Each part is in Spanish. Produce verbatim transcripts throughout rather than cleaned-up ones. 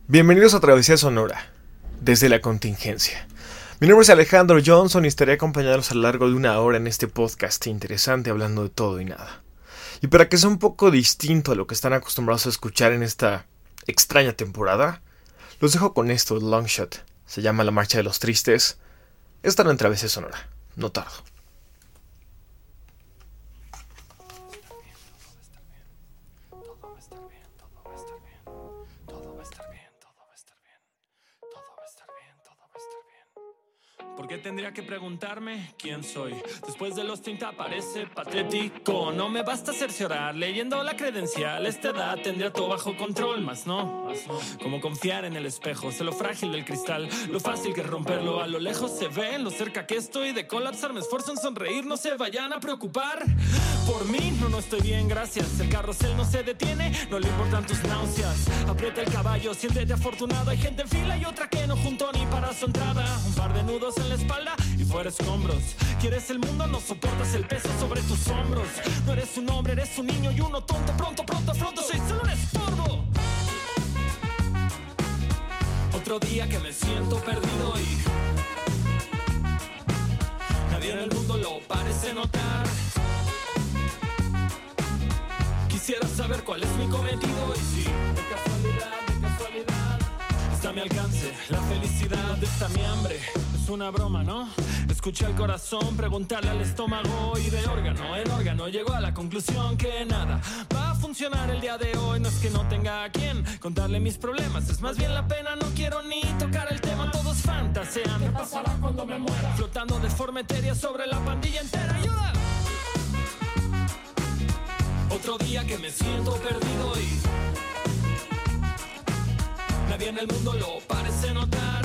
Bienvenidos a Travesía Sonora, desde la contingencia. Mi nombre es Alejandro Johnson y estaré acompañándolos a lo largo de una hora en este podcast interesante hablando de todo y nada. Y para que sea un poco distinto a lo que están acostumbrados a escuchar en esta extraña temporada, los dejo con esto, Longshot. Se llama La Marcha de los Tristes. Están en Travesía Sonora, no tardo. ¿Por qué tendría que preguntarme quién soy? Después de los treinta parece patético. No me basta cerciorar leyendo la credencial. Esta edad tendría todo bajo control, más no. Como confiar en el espejo, sé lo frágil del cristal, lo fácil que es romperlo. A lo lejos se ve, lo cerca que estoy de colapsar. Me esfuerzo en sonreír, no se vayan a preocupar por mí, no, no estoy bien, gracias. El carrusel no se detiene, no le importan tus náuseas. Aprieta el caballo, siéntete afortunado. Hay gente en fila y otra que no juntó ni para su entrada. Un par de nudos en la espalda y fuera escombros. Quieres el mundo, no soportas el peso sobre tus hombros. No eres un hombre, eres un niño y uno tonto. Pronto, pronto, pronto, soy solo un estorbo. Otro día que me siento perdido y nadie en el mundo lo parece notar. Quisiera saber cuál es mi cometido y si de casualidad, de casualidad está a mi alcance la felicidad. Está mi hambre, es una broma, ¿no? Escuché al corazón preguntarle al estómago y de órgano en órgano llegó a la conclusión que nada va a funcionar el día de hoy. No es que no tenga a quien contarle mis problemas, es más bien la pena, no quiero ni tocar el tema. Todos fantasean, ¿qué pasará cuando me muera? Flotando de forma etérea sobre la pandilla entera. ¡Ayuda! Otro día que me siento perdido y nadie en el mundo lo parece notar.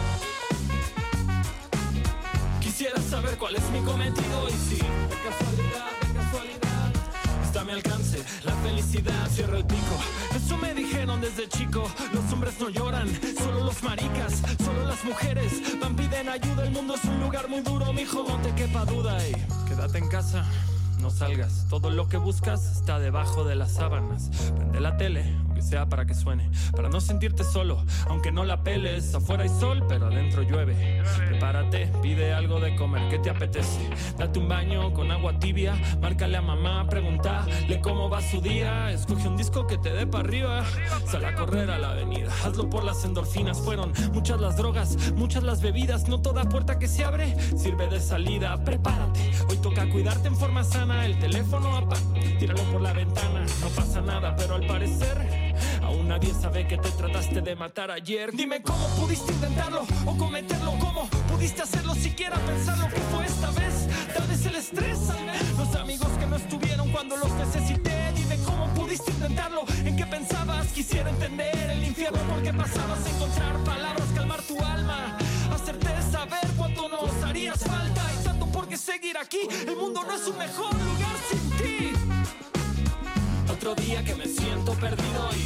Quisiera saber cuál es mi cometido y si de casualidad, de casualidad está a mi alcance la felicidad. Cierra el pico, eso me dijeron desde chico. Los hombres no lloran, solo los maricas, solo las mujeres van, piden ayuda. El mundo es un lugar muy duro, mijo, no te quepa duda y quédate en casa. No salgas, todo lo que buscas está debajo de las sábanas. Prende la tele, aunque sea para que suene, para no sentirte solo, aunque no la peles. Afuera hay sol, pero adentro llueve. Prepárate, pide algo de comer, ¿qué te apetece? Date un baño con agua tibia, márcale a mamá, pregúntale cómo va su día. Escoge un disco que te dé para arriba, sal a correr a la avenida, hazlo por las endorfinas. Fueron muchas las drogas, muchas las bebidas, no toda puerta que se abre sirve de salida. Prepárate, hoy toca cuidarte en forma sana. El teléfono apaga, tíralo por la ventana. No pasa nada, pero al parecer aún nadie sabe que te trataste de matar ayer. Dime cómo pudiste intentarlo o cometerlo, cómo pudiste hacerlo, siquiera pensarlo. ¿Qué fue esta vez? Tal vez el estrés, los amigos que no estuvieron cuando los necesité. Dime cómo pudiste intentarlo, en qué pensabas. Quisiera entender el infierno por qué pasabas. Encontrar palabras, calmar tu alma, hacerte saber cuánto nos harías falta. Y tanto por qué seguir aquí, el mundo no es un mejor lugar sin ti. Otro día que me siento perdido y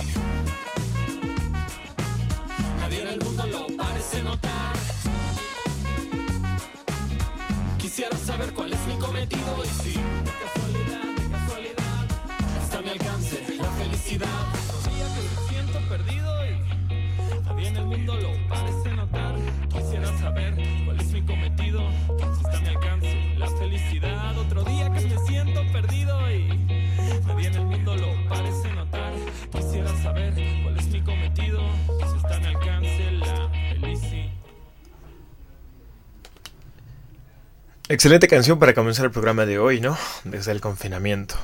nadie en el mundo lo parece notar. Quisiera saber cuál es mi cometido y si de casualidad, de casualidad está a mi alcance la felicidad. Otro día que me siento perdido y nadie en el mundo lo parece notar. Quisiera saber cuál es mi cometido, si está a mi alcance la felicidad. Otro día que me siento perdido y nadie en el mundo lo parece notar. Quisiera saber cuál es mi cometido, si está a mi alcance la felicidad. Excelente canción para comenzar el programa de hoy, ¿no? Desde el confinamiento.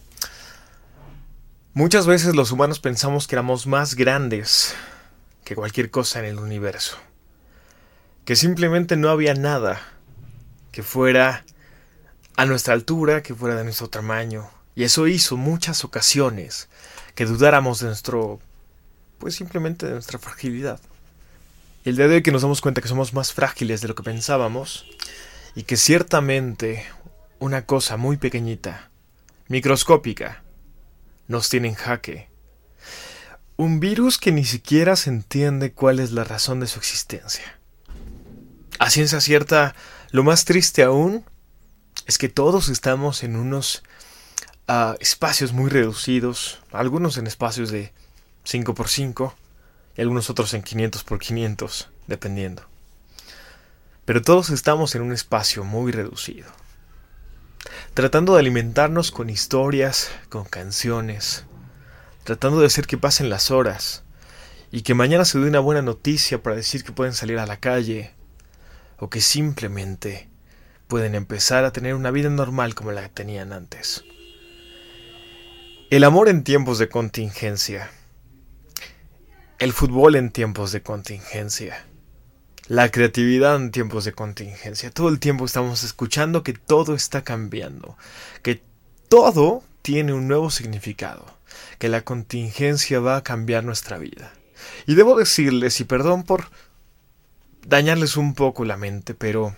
Muchas veces los humanos pensamos que éramos más grandes que cualquier cosa en el universo. Que simplemente no había nada que fuera a nuestra altura, que fuera de nuestro tamaño. Y eso hizo muchas ocasiones que dudáramos de nuestro, pues simplemente de nuestra fragilidad. El día de hoy que nos damos cuenta que somos más frágiles de lo que pensábamos y que ciertamente una cosa muy pequeñita, microscópica, nos tiene en jaque. Un virus que ni siquiera se entiende cuál es la razón de su existencia. A ciencia cierta, lo más triste aún es que todos estamos en unos uh, espacios muy reducidos, algunos en espacios de cinco por cinco y algunos otros en quinientos por quinientos, dependiendo. Pero todos estamos en un espacio muy reducido, tratando de alimentarnos con historias, con canciones, tratando de hacer que pasen las horas y que mañana se dé una buena noticia para decir que pueden salir a la calle o que simplemente pueden empezar a tener una vida normal como la que tenían antes. El amor en tiempos de contingencia, el fútbol en tiempos de contingencia, la creatividad en tiempos de contingencia. Todo el tiempo estamos escuchando que todo está cambiando, que todo tiene un nuevo significado, que la contingencia va a cambiar nuestra vida. Y debo decirles, y perdón por dañarles un poco la mente, pero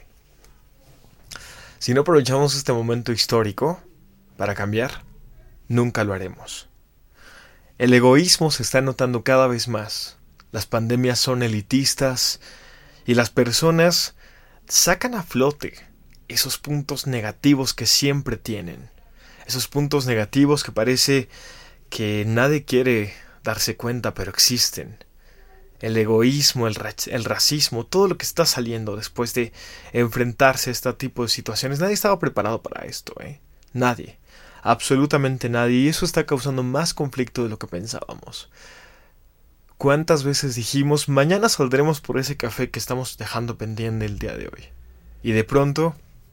si no aprovechamos este momento histórico para cambiar, nunca lo haremos. El egoísmo se está notando cada vez más. Las pandemias son elitistas y las personas sacan a flote esos puntos negativos que siempre tienen. Esos puntos negativos que parece que nadie quiere darse cuenta, pero existen. El egoísmo, el, ra- el racismo, todo lo que está saliendo después de enfrentarse a este tipo de situaciones. Nadie estaba preparado para esto, ¿eh? Nadie. Absolutamente nadie. Y eso está causando más conflicto de lo que pensábamos. ¿Cuántas veces dijimos, mañana saldremos por ese café que estamos dejando pendiente el día de hoy? Y de pronto,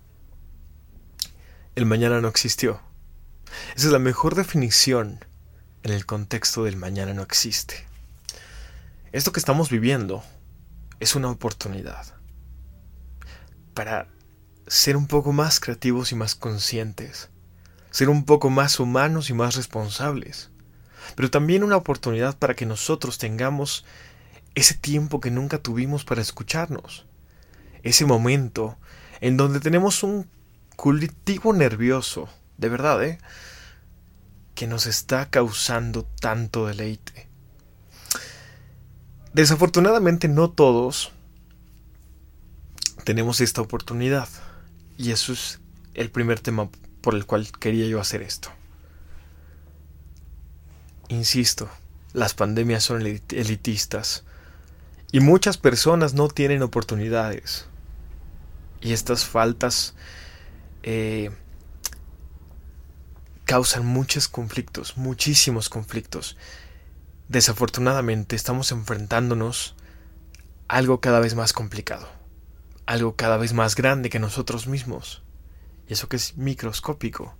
el mañana no existió. Esa es la mejor definición en el contexto del mañana no existe. Esto que estamos viviendo es una oportunidad para ser un poco más creativos y más conscientes, ser un poco más humanos y más responsables, pero también una oportunidad para que nosotros tengamos ese tiempo que nunca tuvimos para escucharnos, ese momento en donde tenemos un cultivo nervioso, de verdad, ¿eh? que nos está causando tanto deleite. Desafortunadamente no todos tenemos esta oportunidad, y eso es el primer tema por el cual quería yo hacer esto. Insisto, las pandemias son elitistas y muchas personas no tienen oportunidades, y estas faltas eh, causan muchos conflictos, muchísimos conflictos. Desafortunadamente estamos enfrentándonos a algo cada vez más complicado, algo cada vez más grande que nosotros mismos, y eso que es microscópico.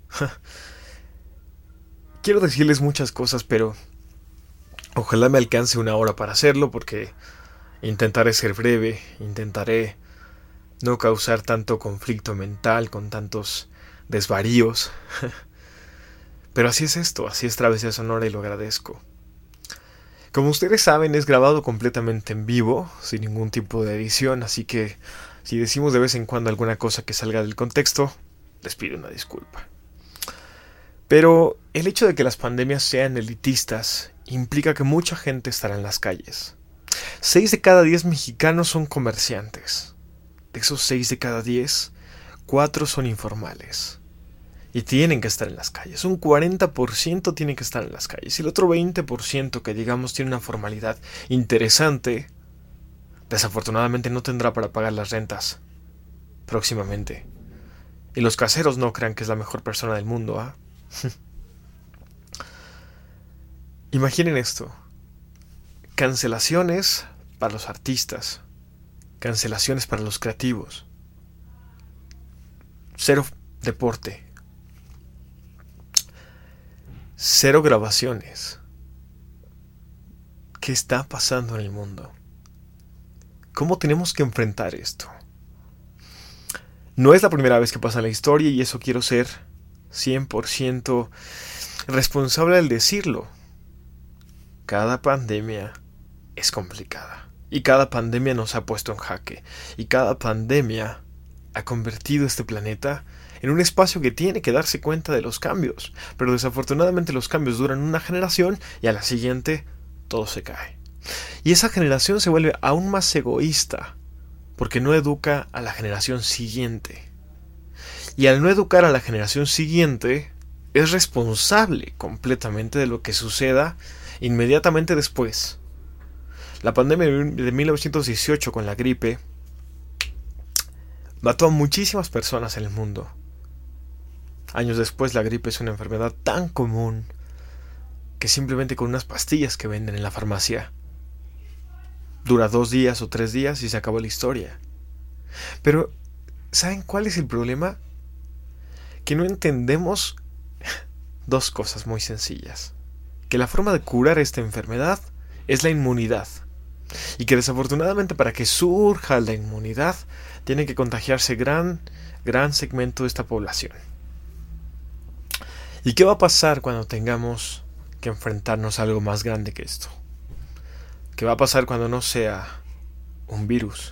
Quiero decirles muchas cosas, pero ojalá me alcance una hora para hacerlo, porque intentaré ser breve, intentaré no causar tanto conflicto mental con tantos desvaríos. Pero así es esto, así es Travesía Sonora, y lo agradezco. Como ustedes saben, es grabado completamente en vivo, sin ningún tipo de edición, así que si decimos de vez en cuando alguna cosa que salga del contexto, les pido una disculpa. Pero el hecho de que las pandemias sean elitistas implica que mucha gente estará en las calles. Seis de cada diez mexicanos son comerciantes. De esos seis de cada diez, cuatro son informales. Y tienen que estar en las calles. Un cuarenta por ciento tiene que estar en las calles. Y el otro veinte por ciento que digamos tiene una formalidad interesante, desafortunadamente no tendrá para pagar las rentas próximamente. Y los caseros no crean que es la mejor persona del mundo, ¿ah? ¿eh? Imaginen esto. Cancelaciones para los artistas. Cancelaciones para los creativos. Cero deporte. Cero grabaciones. ¿Qué está pasando en el mundo? ¿Cómo tenemos que enfrentar esto? No es la primera vez que pasa en la historia, y eso quiero ser cien por ciento responsable al decirlo. Cada pandemia es complicada, y cada pandemia nos ha puesto en jaque, y cada pandemia ha convertido este planeta en un espacio que tiene que darse cuenta de los cambios, pero desafortunadamente los cambios duran una generación y a la siguiente todo se cae. Y esa generación se vuelve aún más egoísta porque no educa a la generación siguiente. Y al no educar a la generación siguiente, es responsable completamente de lo que suceda inmediatamente después. La pandemia de mil novecientos dieciocho con la gripe mató a muchísimas personas en el mundo. Años después, la gripe es una enfermedad tan común que simplemente con unas pastillas que venden en la farmacia dura dos días o tres días y se acabó la historia. Pero, ¿saben cuál es el problema? Que no entendemos dos cosas muy sencillas. Que la forma de curar esta enfermedad es la inmunidad. Y que desafortunadamente para que surja la inmunidad tiene que contagiarse gran, gran segmento de esta población. ¿Y qué va a pasar cuando tengamos que enfrentarnos a algo más grande que esto? ¿Qué va a pasar cuando no sea un virus?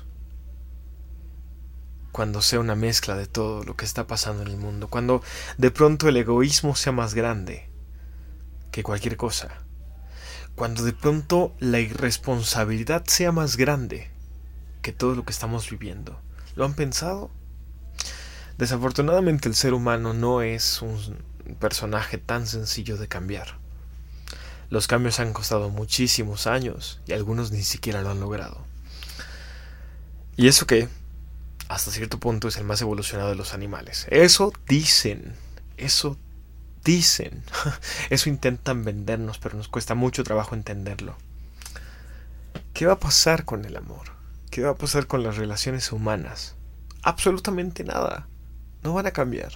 Cuando sea una mezcla de todo lo que está pasando en el mundo. Cuando de pronto el egoísmo sea más grande que cualquier cosa. Cuando de pronto la irresponsabilidad sea más grande que todo lo que estamos viviendo. ¿Lo han pensado? Desafortunadamente el ser humano no es un personaje tan sencillo de cambiar. Los cambios han costado muchísimos años y algunos ni siquiera lo han logrado. Y eso que hasta cierto punto es el más evolucionado de los animales. Eso dicen, eso dicen, eso intentan vendernos, pero nos cuesta mucho trabajo entenderlo. ¿Qué va a pasar con el amor? ¿Qué va a pasar con las relaciones humanas? Absolutamente nada. No van a cambiar.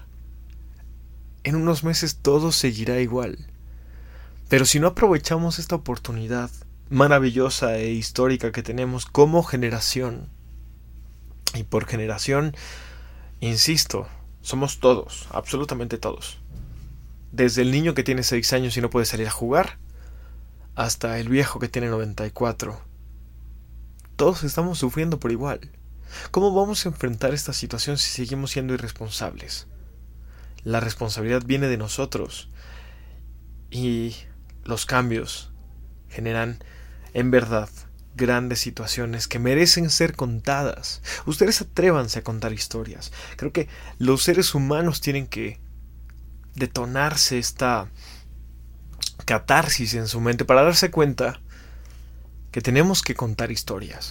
En unos meses todo seguirá igual. Pero si no aprovechamos esta oportunidad maravillosa e histórica que tenemos como generación, y por generación, insisto, somos todos, absolutamente todos. Desde el niño que tiene seis años y no puede salir a jugar, hasta el viejo que tiene noventa y cuatro. Todos estamos sufriendo por igual. ¿Cómo vamos a enfrentar esta situación si seguimos siendo irresponsables? La responsabilidad viene de nosotros. Y los cambios generan, en verdad, grandes situaciones que merecen ser contadas. Ustedes atrévanse a contar historias. Creo que los seres humanos tienen que detonarse esta catarsis en su mente para darse cuenta que tenemos que contar historias.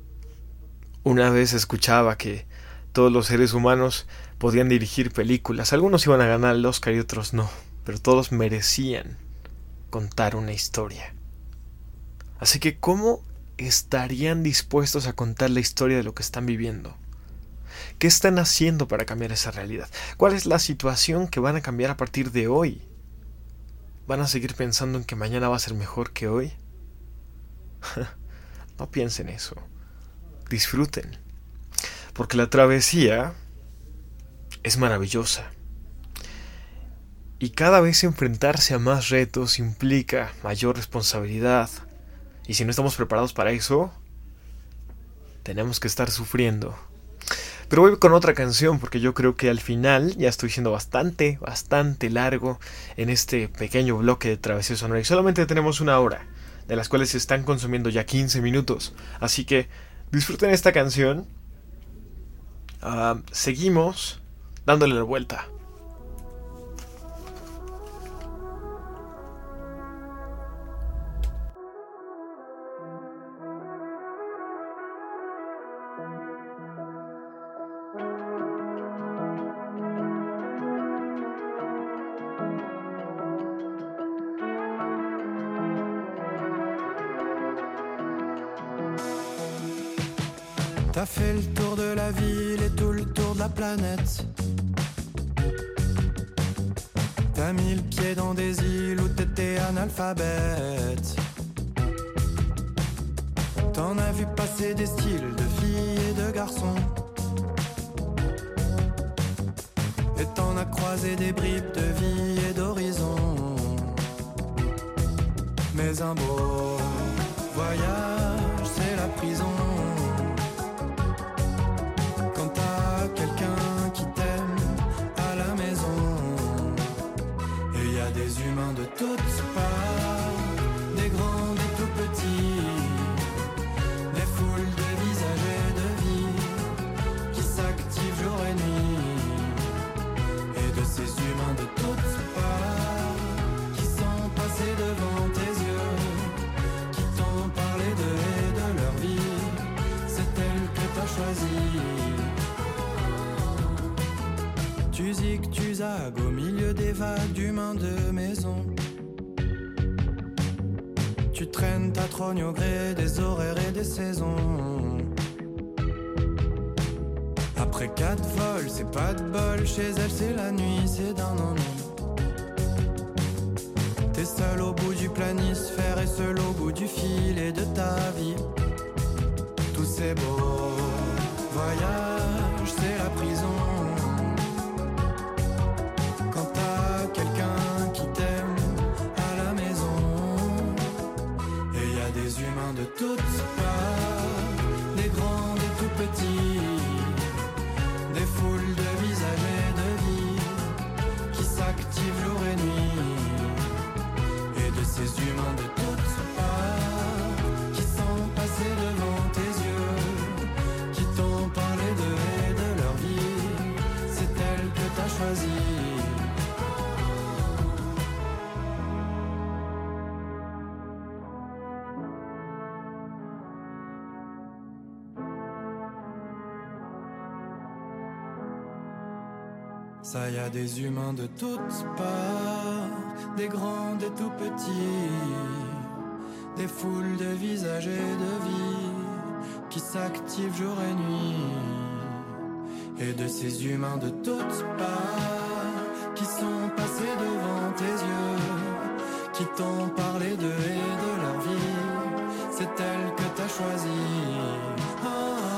Una vez escuchaba que todos los seres humanos podían dirigir películas. Algunos iban a ganar el Oscar y otros no, pero todos merecían contar una historia. Así que, ¿cómo estarían dispuestos a contar la historia de lo que están viviendo? ¿Qué están haciendo para cambiar esa realidad? ¿Cuál es la situación que van a cambiar a partir de hoy? ¿Van a seguir pensando en que mañana va a ser mejor que hoy? No piensen eso. Disfruten. Porque la travesía es maravillosa. Y cada vez enfrentarse a más retos implica mayor responsabilidad. Y si no estamos preparados para eso, tenemos que estar sufriendo. Pero voy con otra canción porque yo creo que al final ya estoy siendo bastante, bastante largo en este pequeño bloque de Travesía Sonora. Y solamente tenemos una hora, de las cuales se están consumiendo ya quince minutos. Así que disfruten esta canción. Uh, seguimos dándole la vuelta. T'as fait le tour de la ville et tout le tour de la planète. T'as mis le pied dans des îles où t'étais analphabète. T'en as vu passer des styles de filles et de garçons. Et t'en as croisé des bribes de vie et d'horizon. Mais un beau voyage, c'est la prison. Des humains de toutes parts, des grands, des tout petits, des foules de visages et de vies qui s'activent jour et nuit. Et de ces humains de toutes parts qui sont passés devant tes yeux, zigzags au milieu des vagues d'humains de maison. Tu traînes ta trogne au gré des horaires et des saisons. Après quatre vols, c'est pas de bol. Chez elle, c'est la nuit, c'est d'un ennui. T'es seul au bout du planisphère et seul au bout du fil et de ta vie. Tous ces beaux voyages, c'est la prison. Quand t'as quelqu'un qui t'aime à la maison. Et y a des humains de toutes parts, des grands, des tout petits, des foules de visages et de vies qui s'activent jour et nuit. Et de ces humains de toutes parts qui sont passés devant tes yeux, qui t'ont parlé d'eux et de leur vie. C'est elle que t'as choisie. Ça y a des humains de toutes parts, des grands, des tout petits, des foules de visages et de vies qui s'activent jour et nuit. Et de ces humains de toutes parts qui sont passés devant tes yeux, qui t'ont parlé d'eux et de leur vie. C'est elle que t'as choisie. Oh.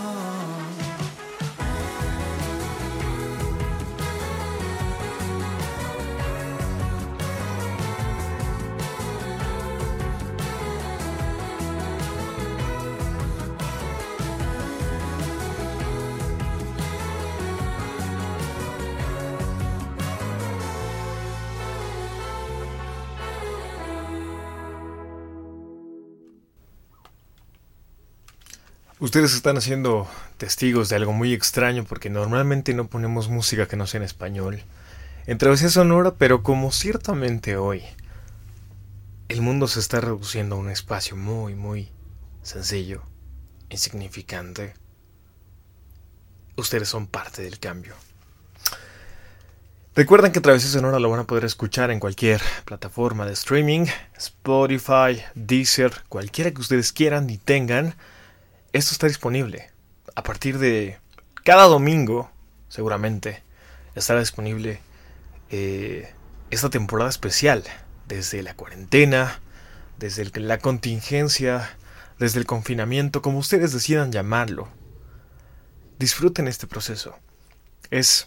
Ustedes están haciendo testigos de algo muy extraño porque normalmente no ponemos música que no sea en español en Travesía Sonora, pero como ciertamente hoy el mundo se está reduciendo a un espacio muy, muy sencillo, insignificante, ustedes son parte del cambio. Recuerden que Travesía Sonora lo van a poder escuchar en cualquier plataforma de streaming, Spotify, Deezer, cualquiera que ustedes quieran y tengan. Esto está disponible. A partir de cada domingo, seguramente, estará disponible eh, esta temporada especial. Desde la cuarentena, desde el, la contingencia, desde el confinamiento, como ustedes decidan llamarlo. Disfruten este proceso. Es...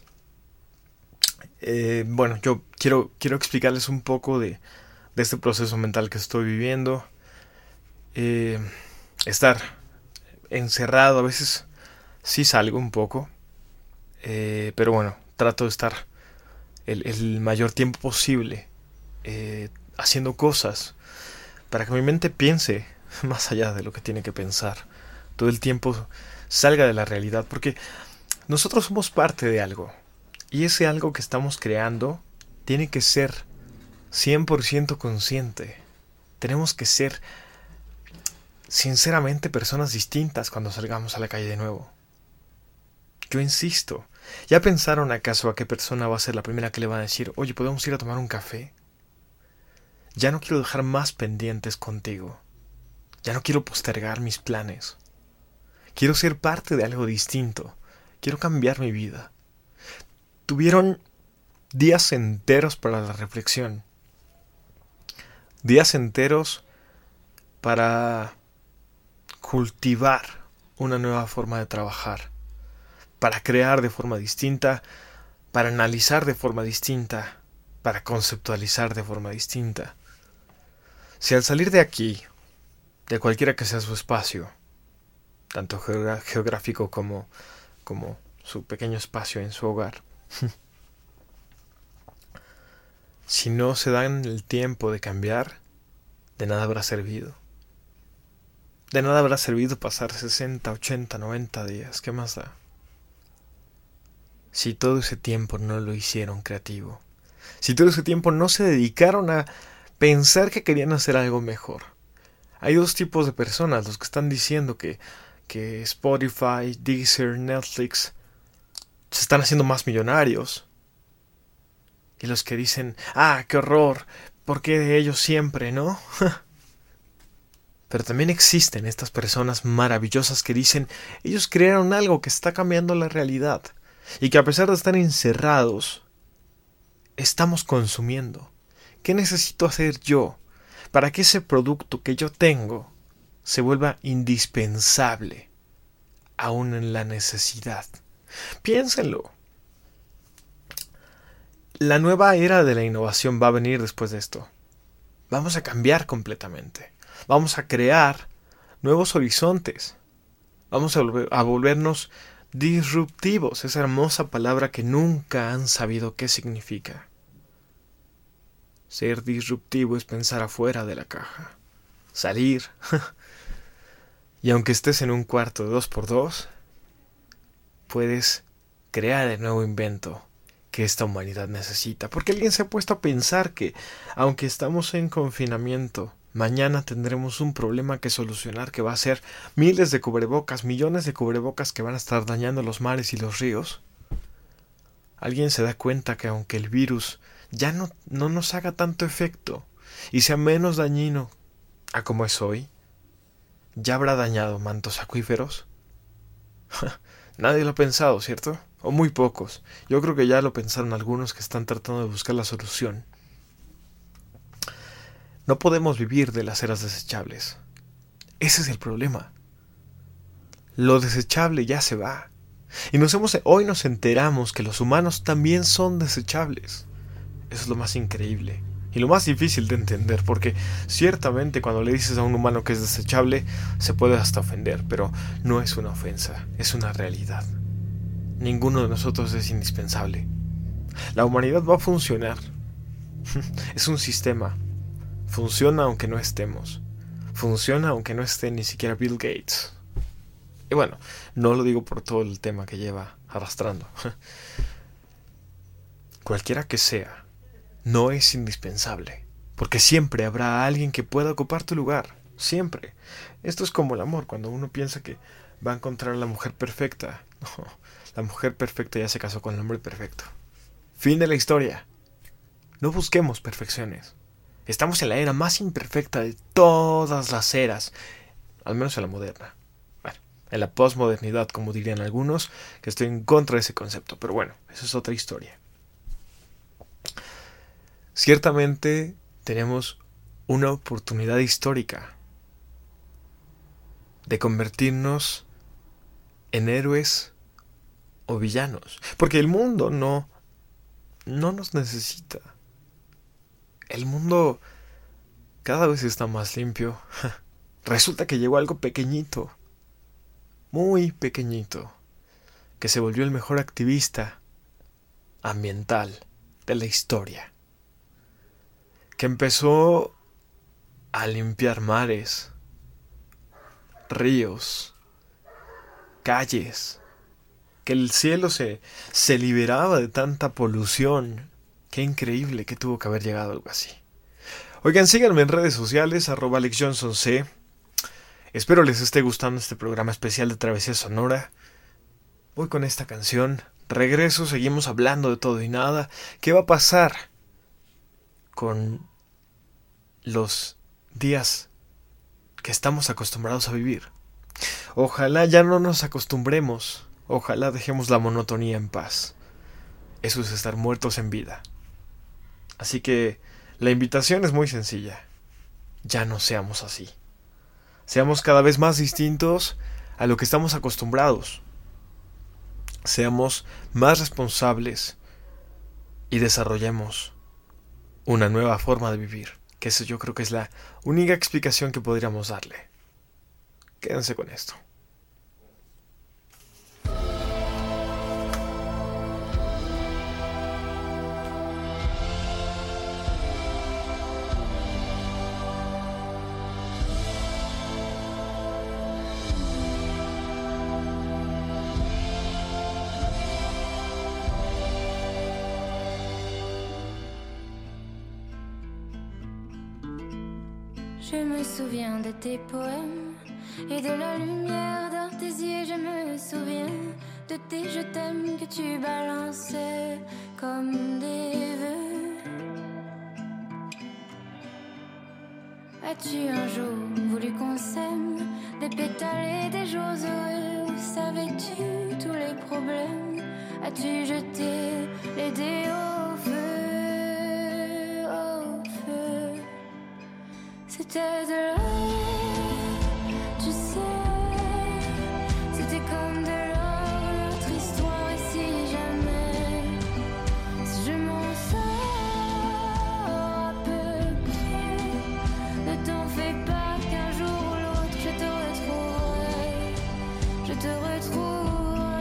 Eh, bueno, yo quiero, quiero explicarles un poco de, de este proceso mental que estoy viviendo. Eh, estar... encerrado, a veces sí salgo un poco, eh, pero bueno, trato de estar el, el mayor tiempo posible eh, haciendo cosas para que mi mente piense más allá de lo que tiene que pensar, todo el tiempo salga de la realidad, porque nosotros somos parte de algo, y ese algo que estamos creando tiene que ser cien por ciento consciente. Tenemos que ser sinceramente personas distintas cuando salgamos a la calle de nuevo. Yo insisto, ¿ya pensaron acaso a qué persona va a ser la primera que le va a decir, oye, ¿podemos ir a tomar un café? Ya no quiero dejar más pendientes contigo. Ya no quiero postergar mis planes. Quiero ser parte de algo distinto. Quiero cambiar mi vida. Tuvieron días enteros para la reflexión. Días enteros para cultivar una nueva forma de trabajar, para crear de forma distinta, para analizar de forma distinta, para conceptualizar de forma distinta. Si al salir de aquí, de cualquiera que sea su espacio, tanto geogra- geográfico como, como su pequeño espacio en su hogar, si no se dan el tiempo de cambiar, de nada habrá servido. De nada habrá servido pasar sesenta, ochenta, noventa días. ¿Qué más da? Si todo ese tiempo no lo hicieron creativo. Si todo ese tiempo no se dedicaron a pensar que querían hacer algo mejor. Hay dos tipos de personas. Los que están diciendo que, que Spotify, Deezer, Netflix se están haciendo más millonarios. y los que dicen, ah, qué horror, ¿por qué de ellos siempre, no? Pero también existen estas personas maravillosas que dicen, ellos crearon algo que está cambiando la realidad, y que a pesar de estar encerrados, estamos consumiendo. ¿Qué necesito hacer yo para que ese producto que yo tengo se vuelva indispensable, aún en la necesidad? Piénsenlo. La nueva era de la innovación va a venir después de esto. Vamos a cambiar completamente. Vamos a crear nuevos horizontes. Vamos a, volver, a volvernos disruptivos. Esa hermosa palabra que nunca han sabido qué significa. Ser disruptivo es pensar afuera de la caja. Salir. Y aunque estés en un cuarto de dos por dos, puedes crear el nuevo invento que esta humanidad necesita. Porque alguien se ha puesto a pensar que, aunque estamos en confinamiento, mañana tendremos un problema que solucionar, que va a ser miles de cubrebocas, millones de cubrebocas que van a estar dañando los mares y los ríos. Alguien se da cuenta que aunque el virus ya no, no nos haga tanto efecto y sea menos dañino a como es hoy, ya habrá dañado mantos acuíferos. Nadie lo ha pensado, ¿cierto? O muy pocos. Yo creo que ya lo pensaron algunos que están tratando de buscar la solución. No podemos vivir de las eras desechables. Ese es el problema. Lo desechable ya se va. Y nos hemos, hoy nos enteramos que los humanos también son desechables. Eso es lo más increíble. Y lo más difícil de entender, porque ciertamente cuando le dices a un humano que es desechable, se puede hasta ofender, pero no es una ofensa, es una realidad. Ninguno de nosotros es indispensable. La humanidad va a funcionar. Es un sistema. Funciona aunque no estemos. Funciona aunque no esté ni siquiera Bill Gates. Y bueno, no lo digo por todo el tema que lleva arrastrando. Cualquiera que sea, no es indispensable, porque siempre habrá alguien que pueda ocupar tu lugar, siempre. Esto es como el amor, cuando uno piensa que va a encontrar a la mujer perfecta. No, la mujer perfecta ya se casó con el hombre perfecto. Fin de la historia. No busquemos perfecciones. Estamos en la era más imperfecta de todas las eras, al menos en la moderna. Bueno, en la posmodernidad, como dirían algunos, que estoy en contra de ese concepto, pero bueno, eso es otra historia. Ciertamente tenemos una oportunidad histórica de convertirnos en héroes o villanos, porque el mundo no, no nos necesita. El mundo cada vez está más limpio. Resulta que llegó algo pequeñito, muy pequeñito, que se volvió el mejor activista ambiental de la historia, que empezó a limpiar mares, ríos, calles, que el cielo se, se liberaba de tanta polución. Qué increíble que tuvo que haber llegado algo así. Oigan, síganme en redes sociales, arroba Alex Johnson C. Espero les esté gustando este programa especial de Travesía Sonora. Voy con esta canción, regreso, seguimos hablando de todo y nada. ¿Qué va a pasar con los días que estamos acostumbrados a vivir? Ojalá ya no nos acostumbremos, ojalá dejemos la monotonía en paz. Eso es estar muertos en vida. Así que la invitación es muy sencilla. Ya no seamos así. Seamos cada vez más distintos a lo que estamos acostumbrados. Seamos más responsables y desarrollemos una nueva forma de vivir. Que eso yo creo que es la única explicación que podríamos darle. Quédense con esto. Je me souviens de tes poèmes et de la lumière dans tes yeux. Je me souviens de tes je t'aime que tu balançais comme des vœux. As-tu un jour voulu qu'on s'aime, des pétales et des jours heureux? Où savais-tu tous les problèmes? As-tu jeté les dés au feu, au feu? C'était de l'or, tu sais. C'était comme de l'or, notre histoire. Et si jamais, si je m'en sors à peu près, ne t'en fais pas qu'un jour ou l'autre je te retrouverai, je te retrouverai.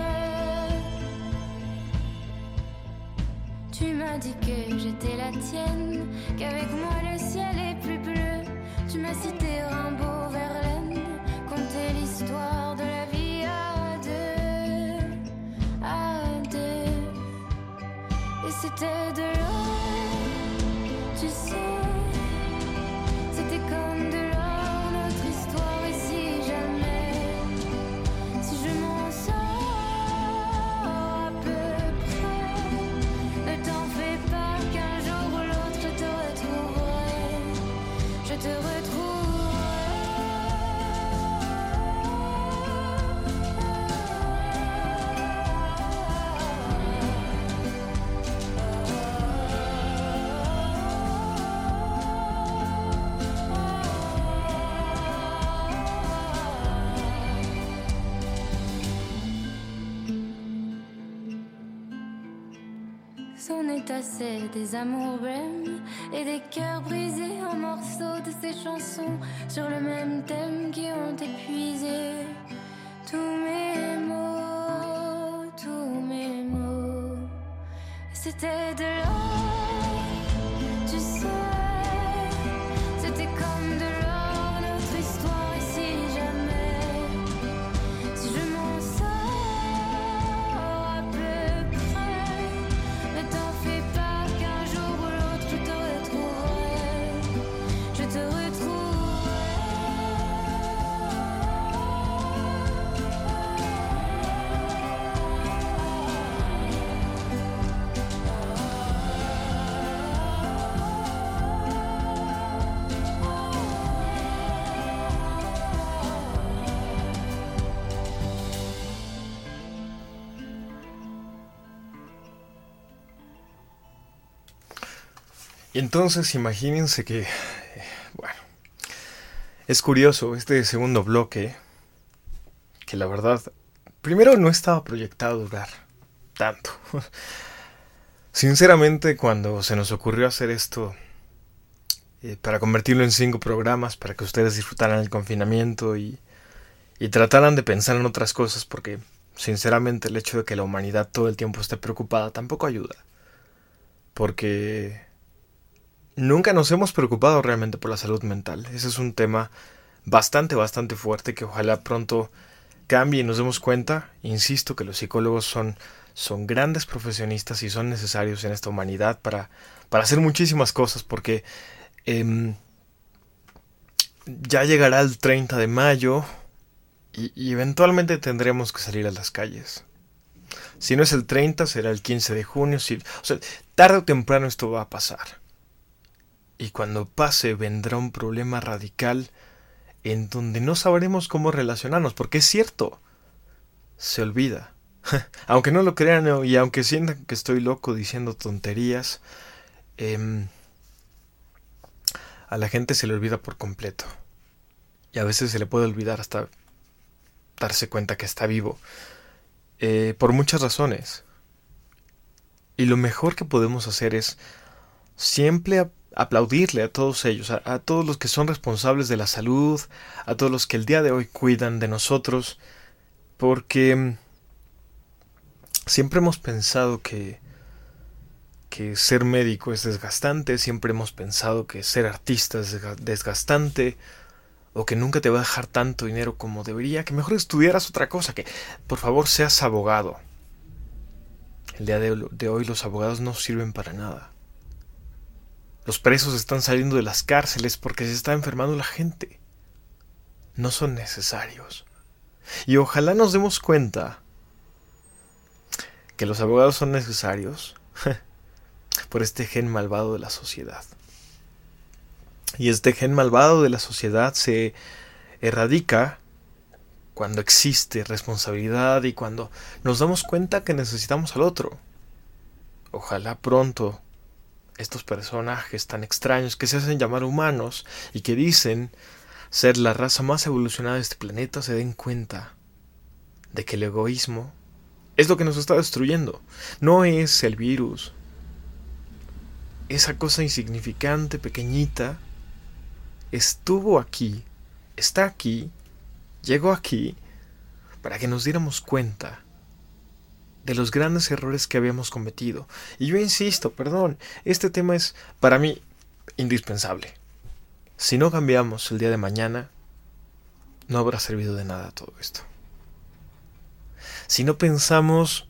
Tu m'as dit que j'étais la tienne, qu'avec moi le ciel est plus bleu. Tu m'as cité Rimbaud, Verlaine, conté l'histoire de la vie à deux, à deux. Et c'était de l'or, tu sais. C'était comme de l'or, notre histoire. Et si jamais, si je m'en sors à peu près, ne t'en fais pas qu'un jour ou l'autre je te retrouverai, je te retrouverai. C'en est assez des amours blêmes et des cœurs brisés en morceaux, de ces chansons sur le même thème qui ont épuisé tous mes mots, tous mes mots. C'était de l'or, tu sais. C'était comme de l'or, notre histoire. Et si jamais, si je m'en sors à peu près, ne t'en fais pas qu'un jour ou l'autre je te retrouverai, je te retrouverai. Y entonces imagínense que, bueno, es curioso este segundo bloque, que la verdad, primero no estaba proyectado a durar tanto. Sinceramente, cuando se nos ocurrió hacer esto, eh, para convertirlo en cinco programas, para que ustedes disfrutaran el confinamiento y, y trataran de pensar en otras cosas, porque sinceramente el hecho de que la humanidad todo el tiempo esté preocupada tampoco ayuda. Porque nunca nos hemos preocupado realmente por la salud mental. Ese es un tema bastante, bastante fuerte que ojalá pronto cambie y nos demos cuenta. Insisto que los psicólogos son, son grandes profesionistas y son necesarios en esta humanidad para, para hacer muchísimas cosas, porque eh, ya llegará el treinta de mayo y, y eventualmente tendremos que salir a las calles. Si no es el treinta, será el quince de junio. Si, o sea, tarde o temprano esto va a pasar. Y cuando pase vendrá un problema radical en donde no sabremos cómo relacionarnos, porque es cierto, se olvida. Aunque no lo crean y aunque sientan que estoy loco diciendo tonterías, eh, a la gente se le olvida por completo. Y a veces se le puede olvidar hasta darse cuenta que está vivo. Eh, por muchas razones. Y lo mejor que podemos hacer es siempre aplaudirle a todos ellos, a, a todos los que son responsables de la salud, a todos los que el día de hoy cuidan de nosotros, porque siempre hemos pensado que, que ser médico es desgastante, siempre hemos pensado que ser artista es desgastante, o que nunca te va a dejar tanto dinero como debería, que mejor estudiaras otra cosa, que por favor seas abogado. El día de, de hoy los abogados no sirven para nada. Los presos están saliendo de las cárceles porque se está enfermando la gente. No son necesarios. Y ojalá nos demos cuenta que los abogados son necesarios por este gen malvado de la sociedad. Y este gen malvado de la sociedad se erradica cuando existe responsabilidad y cuando nos damos cuenta que necesitamos al otro. Ojalá pronto estos personajes tan extraños que se hacen llamar humanos y que dicen ser la raza más evolucionada de este planeta se den cuenta de que el egoísmo es lo que nos está destruyendo. No es el virus, esa cosa insignificante, pequeñita, estuvo aquí, está aquí, llegó aquí para que nos diéramos cuenta de los grandes errores que habíamos cometido. Y yo insisto, perdón, este tema es para mí indispensable. Si no cambiamos el día de mañana, no habrá servido de nada todo esto. Si no pensamos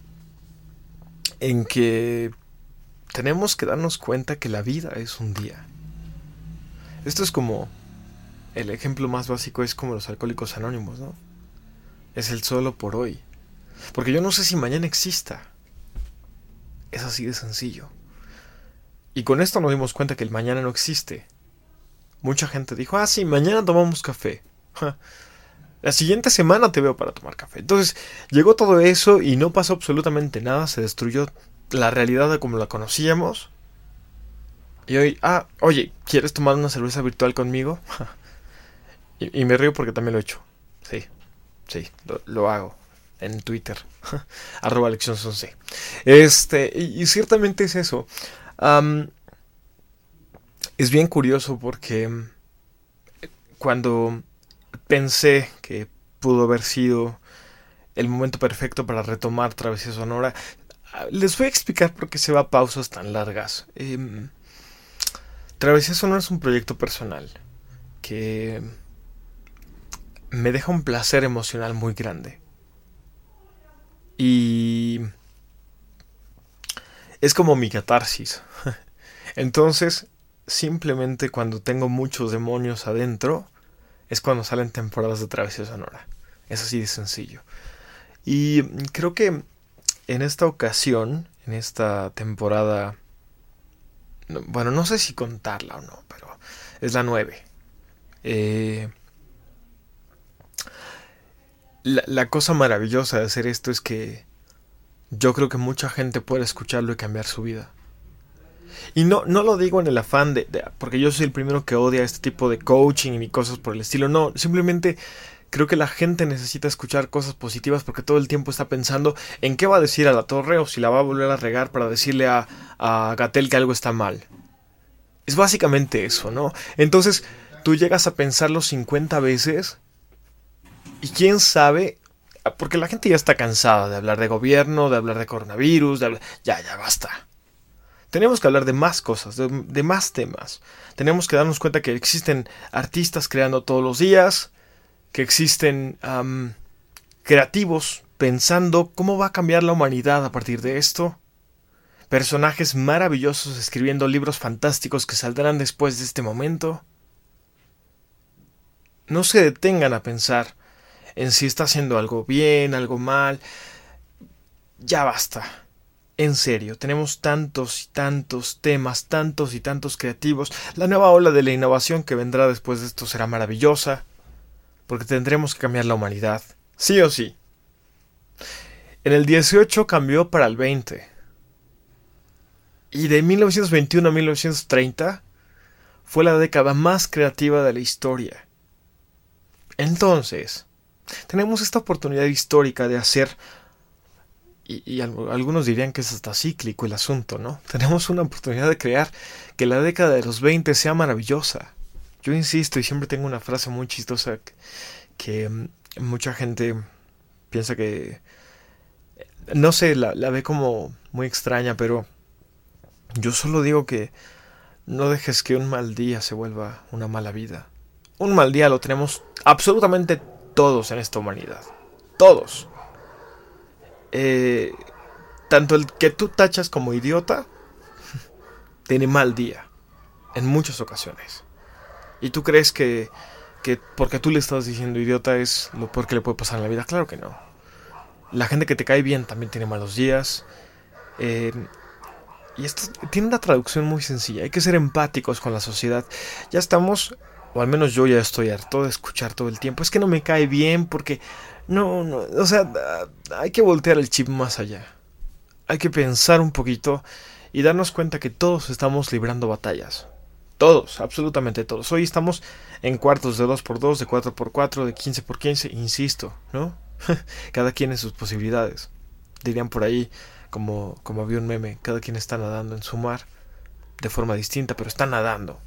en que tenemos que darnos cuenta que la vida es un día. Esto es como, el ejemplo más básico es como los alcohólicos anónimos, ¿no? Es el solo por hoy. Porque yo no sé si mañana exista. Es así de sencillo. Y con esto nos dimos cuenta que el mañana no existe. Mucha gente dijo, ah, sí, mañana tomamos café. Ja. La siguiente semana te veo para tomar café. Entonces, llegó todo eso y no pasó absolutamente nada. Se destruyó la realidad de como la conocíamos. Y hoy, ah, oye, ¿quieres tomar una cerveza virtual conmigo? y, y me río porque también lo he hecho. Sí, sí, lo, lo hago. En Twitter. arroba lección once. Este, y, y ciertamente es eso. Um, es bien curioso porque cuando pensé que pudo haber sido el momento perfecto para retomar Travesía Sonora, les voy a explicar por qué se va a pausas tan largas. Eh, Travesía Sonora es un proyecto personal que me deja un placer emocional muy grande. Y es como mi catarsis. Entonces, simplemente cuando tengo muchos demonios adentro, es cuando salen temporadas de Travesía Sonora. Es así de sencillo. Y creo que en esta ocasión, en esta temporada, bueno, no sé si contarla o no, pero es la nueve. Eh... La, la cosa maravillosa de hacer esto es que yo creo que mucha gente puede escucharlo y cambiar su vida. Y no, no lo digo en el afán de, de... porque yo soy el primero que odia este tipo de coaching y cosas por el estilo. No, simplemente creo que la gente necesita escuchar cosas positivas porque todo el tiempo está pensando en qué va a decir a la torre o si la va a volver a regar para decirle a, a Gatell que algo está mal. Es básicamente eso, ¿no? Entonces tú llegas a pensarlo cincuenta veces... Y quién sabe, porque la gente ya está cansada de hablar de gobierno, de hablar de coronavirus, de hablar... Ya, ya basta. Tenemos que hablar de más cosas, de, de más temas. Tenemos que darnos cuenta que existen artistas creando todos los días, que existen um, creativos pensando cómo va a cambiar la humanidad a partir de esto. Personajes maravillosos escribiendo libros fantásticos que saldrán después de este momento. No se detengan a pensar en si está haciendo algo bien, algo mal. Ya basta. En serio, tenemos tantos y tantos temas, tantos y tantos creativos. La nueva ola de la innovación que vendrá después de esto será maravillosa, porque tendremos que cambiar la humanidad, sí o sí. En el dieciocho cambió para el veinte. Y de mil novecientos veintiuno a mil novecientos treinta fue la década más creativa de la historia. Entonces, tenemos esta oportunidad histórica de hacer, y, y algunos dirían que es hasta cíclico el asunto, ¿no? Tenemos una oportunidad de crear que la década de los veinte sea maravillosa. Yo insisto, y siempre tengo una frase muy chistosa que, que um, mucha gente piensa que, no sé, la, la ve como muy extraña, pero yo solo digo que no dejes que un mal día se vuelva una mala vida. Un mal día lo tenemos absolutamente todos en esta humanidad. Todos. Eh, tanto el que tú tachas como idiota tiene mal día en muchas ocasiones. Y tú crees que, que porque tú le estás diciendo idiota es lo peor que le puede pasar en la vida. Claro que no. La gente que te cae bien también tiene malos días. Eh, y esto tiene una traducción muy sencilla. Hay que ser empáticos con la sociedad. Ya estamos, o al menos yo ya estoy harto de escuchar todo el tiempo. Es que no me cae bien porque... No, no, o sea, hay que voltear el chip más allá. Hay que pensar un poquito y darnos cuenta que todos estamos librando batallas. Todos, absolutamente todos. Hoy estamos en cuartos de dos por dos, de cuatro por cuatro, de quince por quince, insisto, ¿no? Cada quien en sus posibilidades. Dirían por ahí, como, como había un meme, cada quien está nadando en su mar de forma distinta, pero está nadando.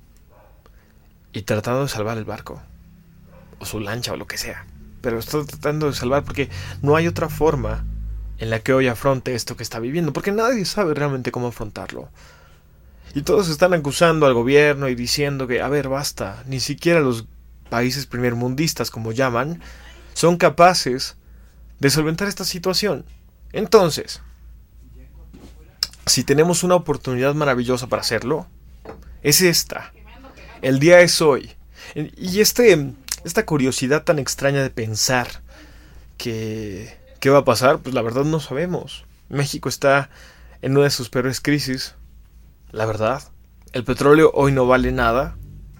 Y tratando de salvar el barco. O su lancha o lo que sea. Pero está tratando de salvar porque no hay otra forma en la que hoy afronte esto que está viviendo. Porque nadie sabe realmente cómo afrontarlo. Y todos están acusando al gobierno y diciendo que, a ver, basta. Ni siquiera los países primermundistas, como llaman, son capaces de solventar esta situación. Entonces, si tenemos una oportunidad maravillosa para hacerlo, es esta. El día es hoy. Y este... Esta curiosidad tan extraña de pensar que ¿qué va a pasar? Pues la verdad no sabemos. México está en una de sus peores crisis. La verdad. El petróleo hoy no vale nada.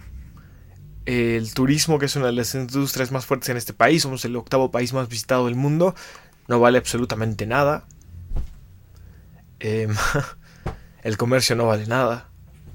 El turismo, que es una de las industrias más fuertes en este país, somos el octavo país más visitado del mundo, no vale absolutamente nada. Eh, el comercio no vale nada.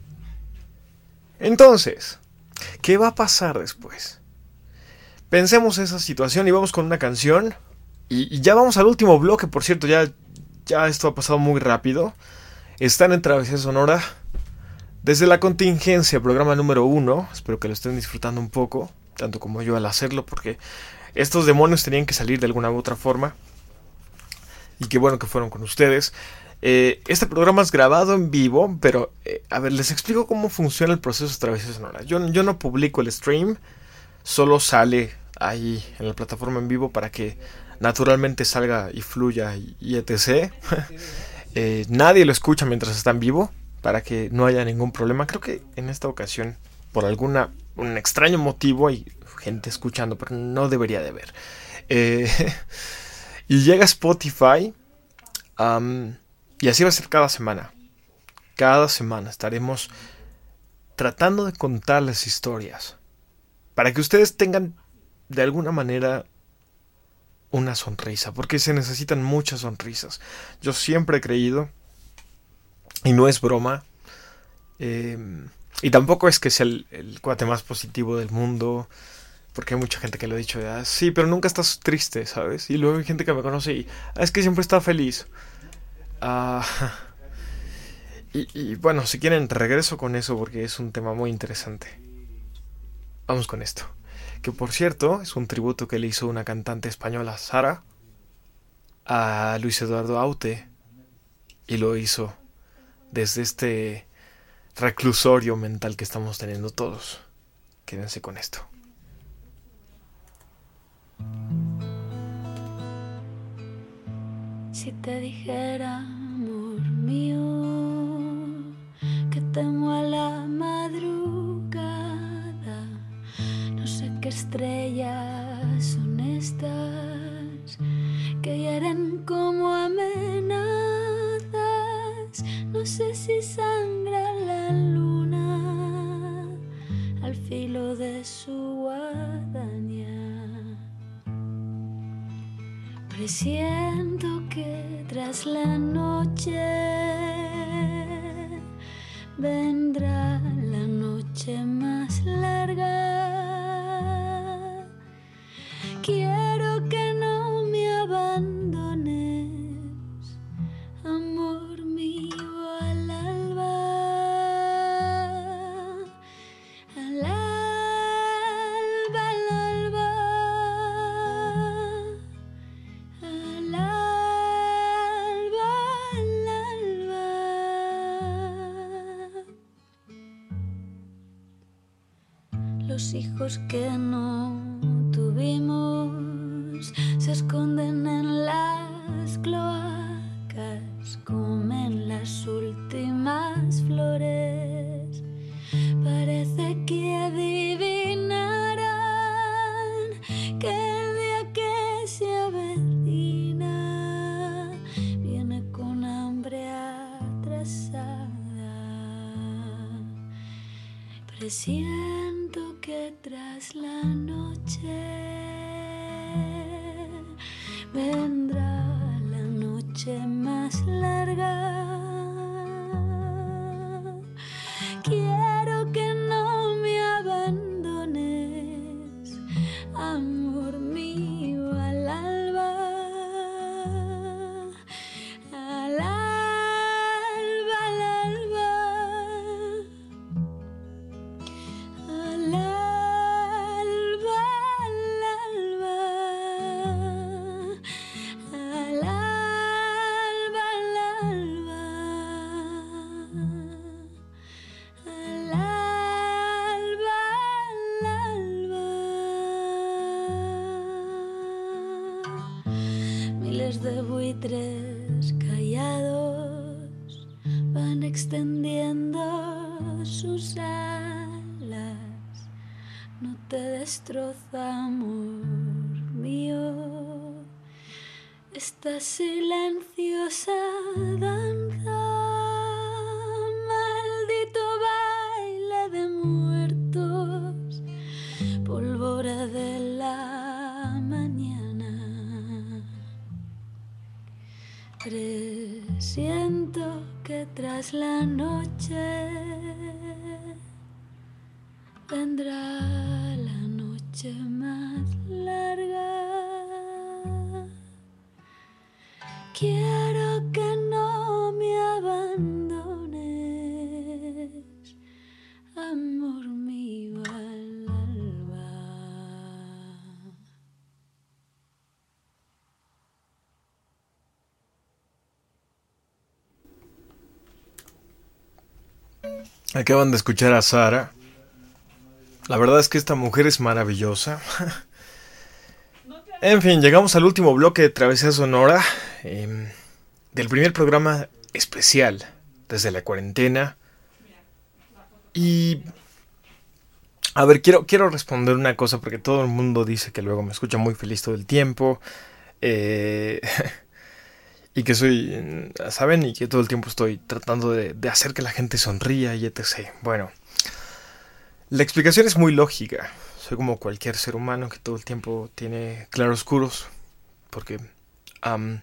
Entonces, ¿qué va a pasar después? Pensemos esa situación y vamos con una canción. Y, y ya vamos al último bloque, por cierto, ya, ya esto ha pasado muy rápido. Están en Travesía Sonora. Desde la contingencia, programa número uno. Espero que lo estén disfrutando un poco, tanto como yo al hacerlo, porque estos demonios tenían que salir de alguna u otra forma. Y qué bueno que fueron con ustedes. Eh, este programa es grabado en vivo, pero, eh, a ver, les explico cómo funciona el proceso de Travesía Sonora. Yo, yo no publico el stream. Solo sale ahí en la plataforma en vivo para que naturalmente salga y fluya y, y etcétera. eh, nadie lo escucha mientras está en vivo, para que no haya ningún problema. Creo que en esta ocasión, por alguna un extraño motivo, hay gente escuchando, pero no debería de haber. Eh, y llega Spotify, um, y así va a ser cada semana. Cada semana estaremos tratando de contarles historias, para que ustedes tengan de alguna manera una sonrisa, porque se necesitan muchas sonrisas. Yo siempre he creído, y no es broma, eh, y tampoco es que sea el, el cuate más positivo del mundo, porque hay mucha gente que lo ha dicho, ah, sí, pero nunca estás triste, ¿sabes? Y luego hay gente que me conoce y, ah, es que siempre está feliz. Ah, y, y bueno, si quieren regreso con eso porque es un tema muy interesante. Vamos con esto, que por cierto es un tributo que le hizo una cantante española, Sara, a Luis Eduardo Aute, y lo hizo desde este reclusorio mental que estamos teniendo todos. Quédense con esto. Si te dijera, amor mío, que temo a la madrugada, no sé qué estrellas son estas que hieren como amenazas, no sé si sangra la luna al filo de su guadaña. Presiento que tras la noche vendrá la noche más larga. Quiero que no me abandones, amor mío, al alba. Al alba, al alba. Al alba, al alba. Los hijos que no tuvimos se esconden en las cloacas, comen las últimas flores. Parece que adivinarán que el día que se avecina viene con hambre atrasada. Presiento que tras la noche vendrá la noche más larga. Quiero que no me abandones, amor mío, al alba, al alba, al alba, al alba, al alba, al alba, al alba. Al alba, al alba. Miles de buitres callados van extendiendo sus alas. No te destroza, amor mío, esta silenciosa danza. Maldito baile de muertos, pólvora de la mañana. Presiento que tras la noche vendrá la noche más larga. Quiero que no me abandones, amor mío, al alba. Acaban de escuchar a Sara. La verdad es que esta mujer es maravillosa. En fin, llegamos al último bloque de Travesía Sonora, eh, del primer programa especial desde la cuarentena. Y a ver, quiero, quiero responder una cosa, porque todo el mundo dice que luego me escucha muy feliz todo el tiempo. Eh, y que soy, ¿saben? Y que todo el tiempo estoy tratando de, de hacer que la gente sonría y etcétera. Bueno, la explicación es muy lógica. Soy como cualquier ser humano que todo el tiempo tiene claroscuros, porque um,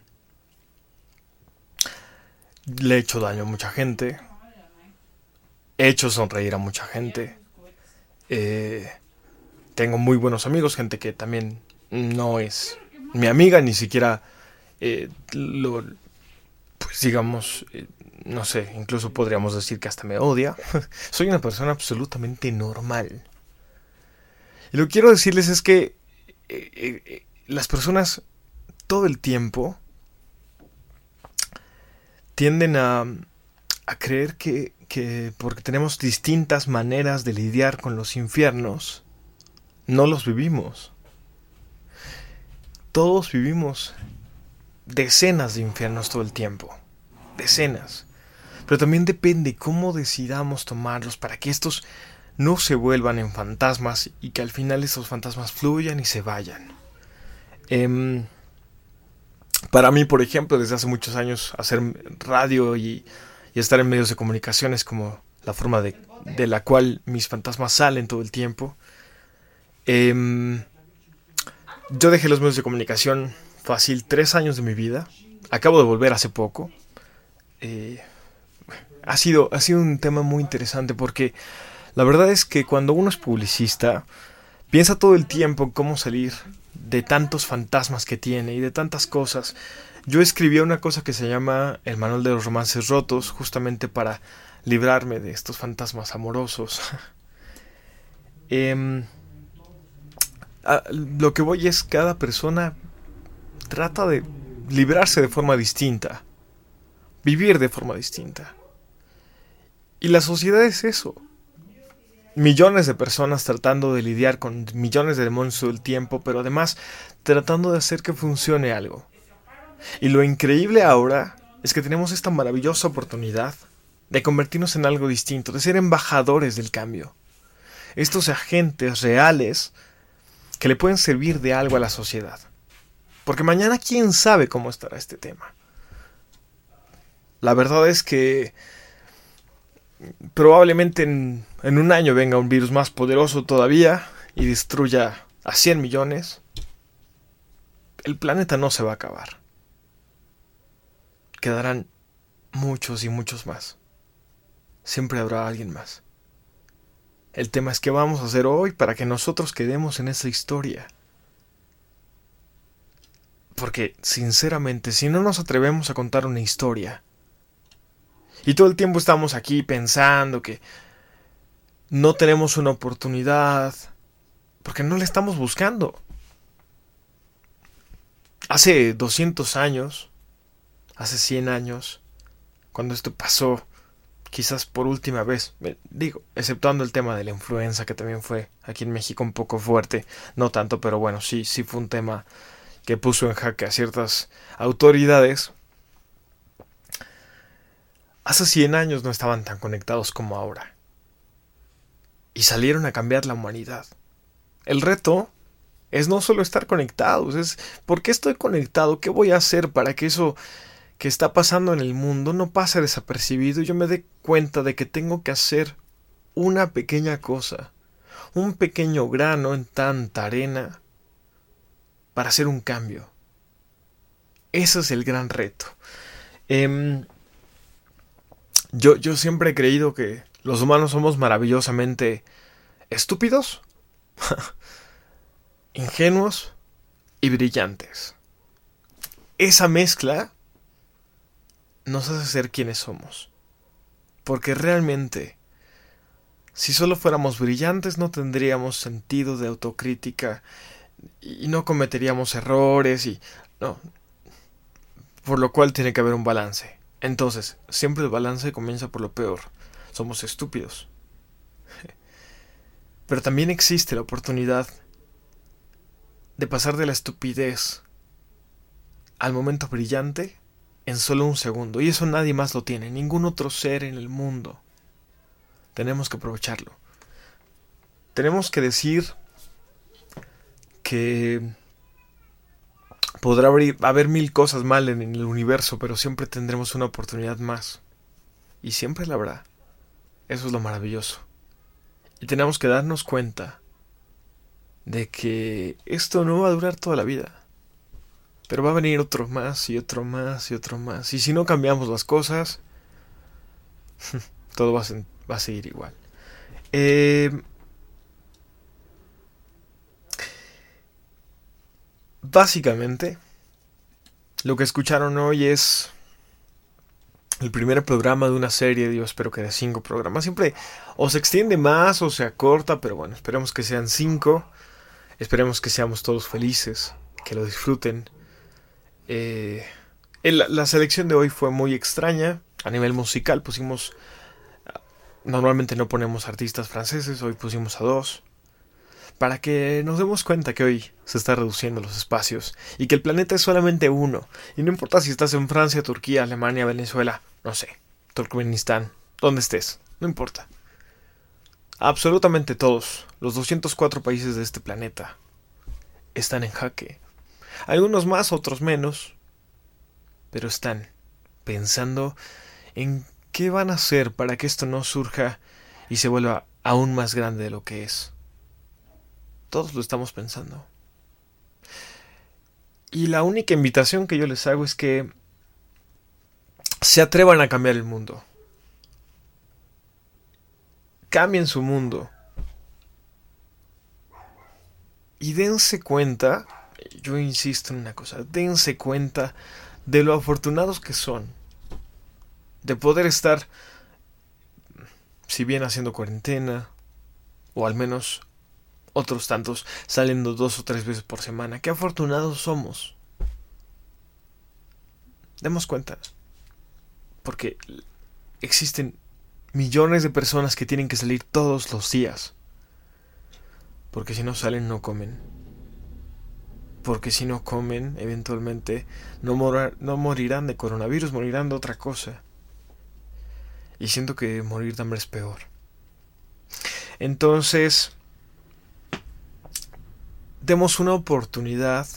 le he hecho daño a mucha gente, he hecho sonreír a mucha gente, eh, tengo muy buenos amigos, gente que también no es mi amiga, ni siquiera, eh, lo, pues digamos, eh, no sé, incluso podríamos decir que hasta me odia. Soy una persona absolutamente normal. Y lo que quiero decirles es que eh, eh, las personas todo el tiempo tienden a, a creer que, que porque tenemos distintas maneras de lidiar con los infiernos, no los vivimos. Todos vivimos decenas de infiernos todo el tiempo. Decenas. Pero también depende cómo decidamos tomarlos para que estos no se vuelvan en fantasmas y que al final esos fantasmas fluyan y se vayan. Eh, para mí, por ejemplo, desde hace muchos años, hacer radio y, y estar en medios de comunicación es como la forma de, de la cual mis fantasmas salen todo el tiempo. Eh, yo dejé los medios de comunicación fácil tres años de mi vida. Acabo de volver hace poco. Eh, ha sido, ha sido un tema muy interesante porque la verdad es que cuando uno es publicista, piensa todo el tiempo en cómo salir de tantos fantasmas que tiene y de tantas cosas. Yo escribí una cosa que se llama El Manual de los Romances Rotos, justamente para librarme de estos fantasmas amorosos. eh, a, lo que voy es, cada persona trata de librarse de forma distinta, vivir de forma distinta. Y la sociedad es eso. Millones de personas tratando de lidiar con millones de demonios todo el tiempo, pero además tratando de hacer que funcione algo. Y lo increíble ahora es que tenemos esta maravillosa oportunidad de convertirnos en algo distinto, de ser embajadores del cambio. Estos agentes reales que le pueden servir de algo a la sociedad. Porque mañana quién sabe cómo estará este tema. La verdad es que probablemente en, en un año venga un virus más poderoso todavía y destruya a cien millones, el planeta no se va a acabar. Quedarán muchos y muchos más. Siempre habrá alguien más. El tema es qué vamos a hacer hoy para que nosotros quedemos en esa historia. Porque, sinceramente, si no nos atrevemos a contar una historia, y todo el tiempo estamos aquí pensando que no tenemos una oportunidad, porque no la estamos buscando. Hace doscientos años, hace cien años, cuando esto pasó, quizás por última vez, digo, exceptuando el tema de la influenza, que también fue aquí en México un poco fuerte, no tanto, pero bueno, sí, sí fue un tema que puso en jaque a ciertas autoridades. Hace cien años no estaban tan conectados como ahora. Y salieron a cambiar la humanidad. El reto es no solo estar conectados, es ¿por qué estoy conectado? ¿Qué voy a hacer para que eso que está pasando en el mundo no pase desapercibido y yo me dé cuenta de que tengo que hacer una pequeña cosa, un pequeño grano en tanta arena para hacer un cambio? Ese es el gran reto. Eh, yo, yo siempre he creído que los humanos somos maravillosamente estúpidos, ingenuos y brillantes. Esa mezcla nos hace ser quienes somos. Porque realmente, si solo fuéramos brillantes, no tendríamos sentido de autocrítica y no cometeríamos errores y no. Por lo cual tiene que haber un balance. Entonces, siempre el balance comienza por lo peor. Somos estúpidos. Pero también existe la oportunidad de pasar de la estupidez al momento brillante en solo un segundo. Y eso nadie más lo tiene. Ningún otro ser en el mundo. Tenemos que aprovecharlo. Tenemos que decir que podrá haber mil cosas mal en el universo, pero siempre tendremos una oportunidad más. Y siempre la habrá. Eso es lo maravilloso. Y tenemos que darnos cuenta de que esto no va a durar toda la vida. Pero va a venir otro más y otro más y otro más. Y si no cambiamos las cosas, todo va a, va a seguir igual. Eh... Básicamente, lo que escucharon hoy es el primer programa de una serie, yo espero que de cinco programas. Siempre o se extiende más o se acorta, pero bueno, esperemos que sean cinco. Esperemos que seamos todos felices, que lo disfruten. Eh, el, la selección de hoy fue muy extraña. A nivel musical pusimos... Normalmente no ponemos artistas franceses, hoy pusimos a dos. Para que nos demos cuenta que hoy se está reduciendo los espacios y que el planeta es solamente uno. Y no importa si estás en Francia, Turquía, Alemania, Venezuela, no sé, Turkmenistán, donde estés, no importa. Absolutamente todos, los doscientos cuatro países de este planeta, están en jaque. Algunos más, otros menos, pero están pensando en qué van a hacer para que esto no surja y se vuelva aún más grande de lo que es. Todos lo estamos pensando. Y la única invitación que yo les hago es que se atrevan a cambiar el mundo. Cambien su mundo. Y dense cuenta, yo insisto en una cosa, dense cuenta de lo afortunados que son. De poder estar, si bien haciendo cuarentena, o al menos otros tantos saliendo dos o tres veces por semana. ¡Qué afortunados somos! Demos cuenta. Porque existen millones de personas que tienen que salir todos los días. Porque si no salen, no comen. Porque si no comen, eventualmente no, mor- no morirán de coronavirus, morirán de otra cosa. Y siento que morir de hambre es peor. Entonces, demos una oportunidad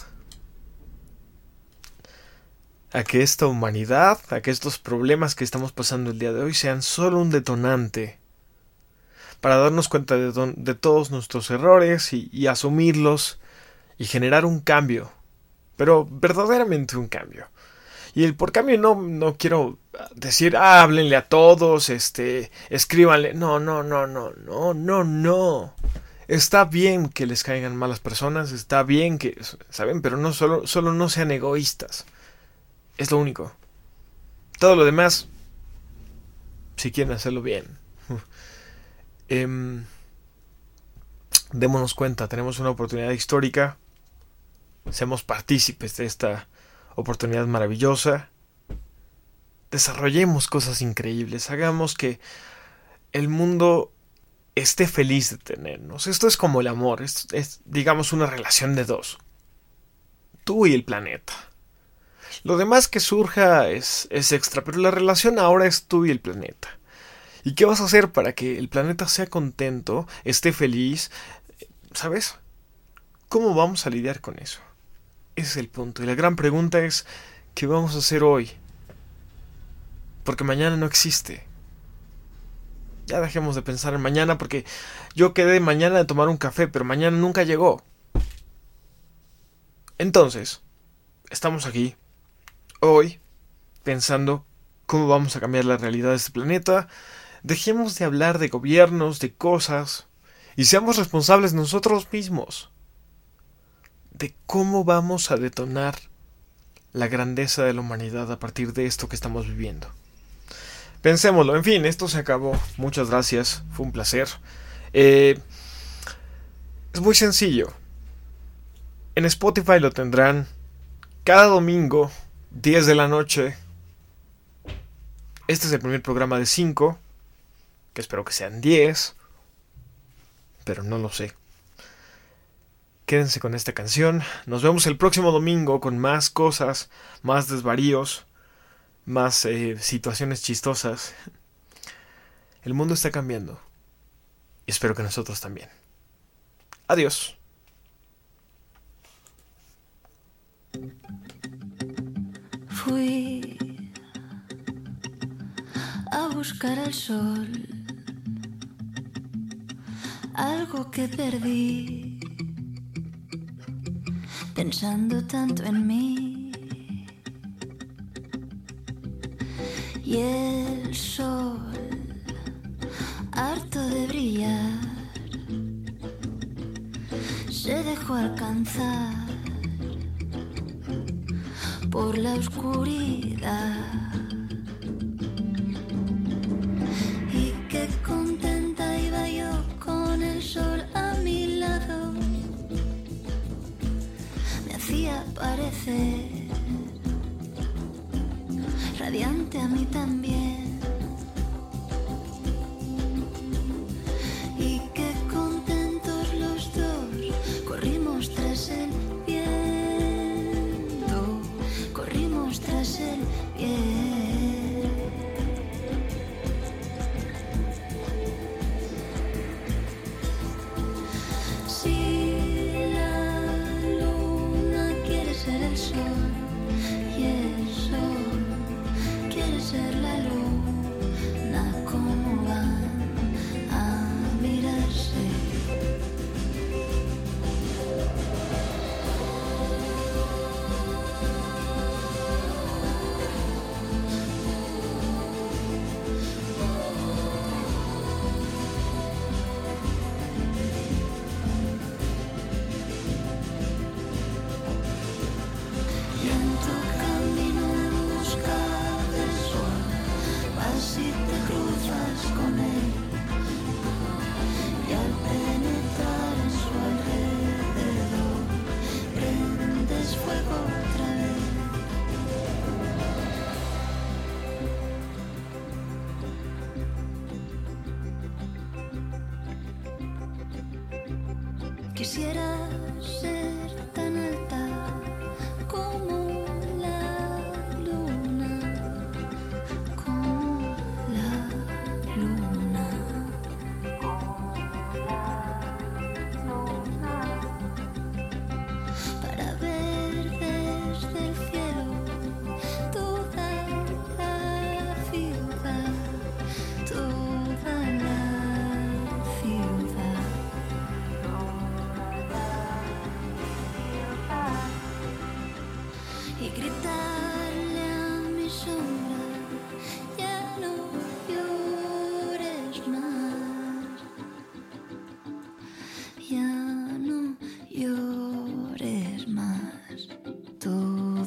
a que esta humanidad, a que estos problemas que estamos pasando el día de hoy sean solo un detonante para darnos cuenta de, don, de todos nuestros errores y, y asumirlos y generar un cambio, pero verdaderamente un cambio. Y el por cambio no, no quiero decir, ah, háblenle a todos, este, escríbanle. No, no, no, no, no, no, no. Está bien que les caigan malas personas, está bien que, ¿saben? Pero no solo, solo no sean egoístas. Es lo único. Todo lo demás, si quieren hacerlo bien. eh, démonos cuenta, tenemos una oportunidad histórica. Seamos partícipes de esta oportunidad maravillosa. Desarrollemos cosas increíbles. Hagamos que el mundo esté feliz de tenernos. Esto es como el amor. Es, es digamos, una relación de dos. Tú y el planeta. Lo demás que surja es, es extra, pero la relación ahora es tú y el planeta. ¿Y qué vas a hacer para que el planeta sea contento, esté feliz? ¿Sabes? ¿Cómo vamos a lidiar con eso? Ese es el punto. Y la gran pregunta es, ¿qué vamos a hacer hoy? Porque mañana no existe. Ya dejemos de pensar en mañana, porque yo quedé mañana de tomar un café, pero mañana nunca llegó. Entonces, estamos aquí, hoy, pensando cómo vamos a cambiar la realidad de este planeta. Dejemos de hablar de gobiernos, de cosas, y seamos responsables nosotros mismos de cómo vamos a detonar la grandeza de la humanidad a partir de esto que estamos viviendo. Pensémoslo. En fin, esto se acabó. Muchas gracias. Fue un placer. Eh, es muy sencillo. En Spotify lo tendrán cada domingo, diez de la noche. Este es el primer programa de cinco, que espero que sean diez, pero no lo sé. Quédense con esta canción. Nos vemos el próximo domingo con más cosas, más desvaríos, más eh, situaciones chistosas. El mundo está cambiando. Y espero que nosotros también. Adiós. Fui a buscar el sol, algo que perdí. Pensando tanto en mí, y el sol, harto de brillar, se dejó alcanzar por la oscuridad. Y qué contenta iba yo con el sol a mi lado. Hacía parecer radiante a mí también. Y qué contentos los dos, corrimos tras el viento, corrimos tras el viento. Ser la luna, cómo van a mirarse. Y en tu camino en busca del sol, si te cruzas con él, y al penetrar en su alrededor, prendes fuego otra vez. Quisiera ser tan alta como la luna, como la luna, para ver desde el cielo toda la ciudad, toda la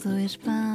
todo es paz.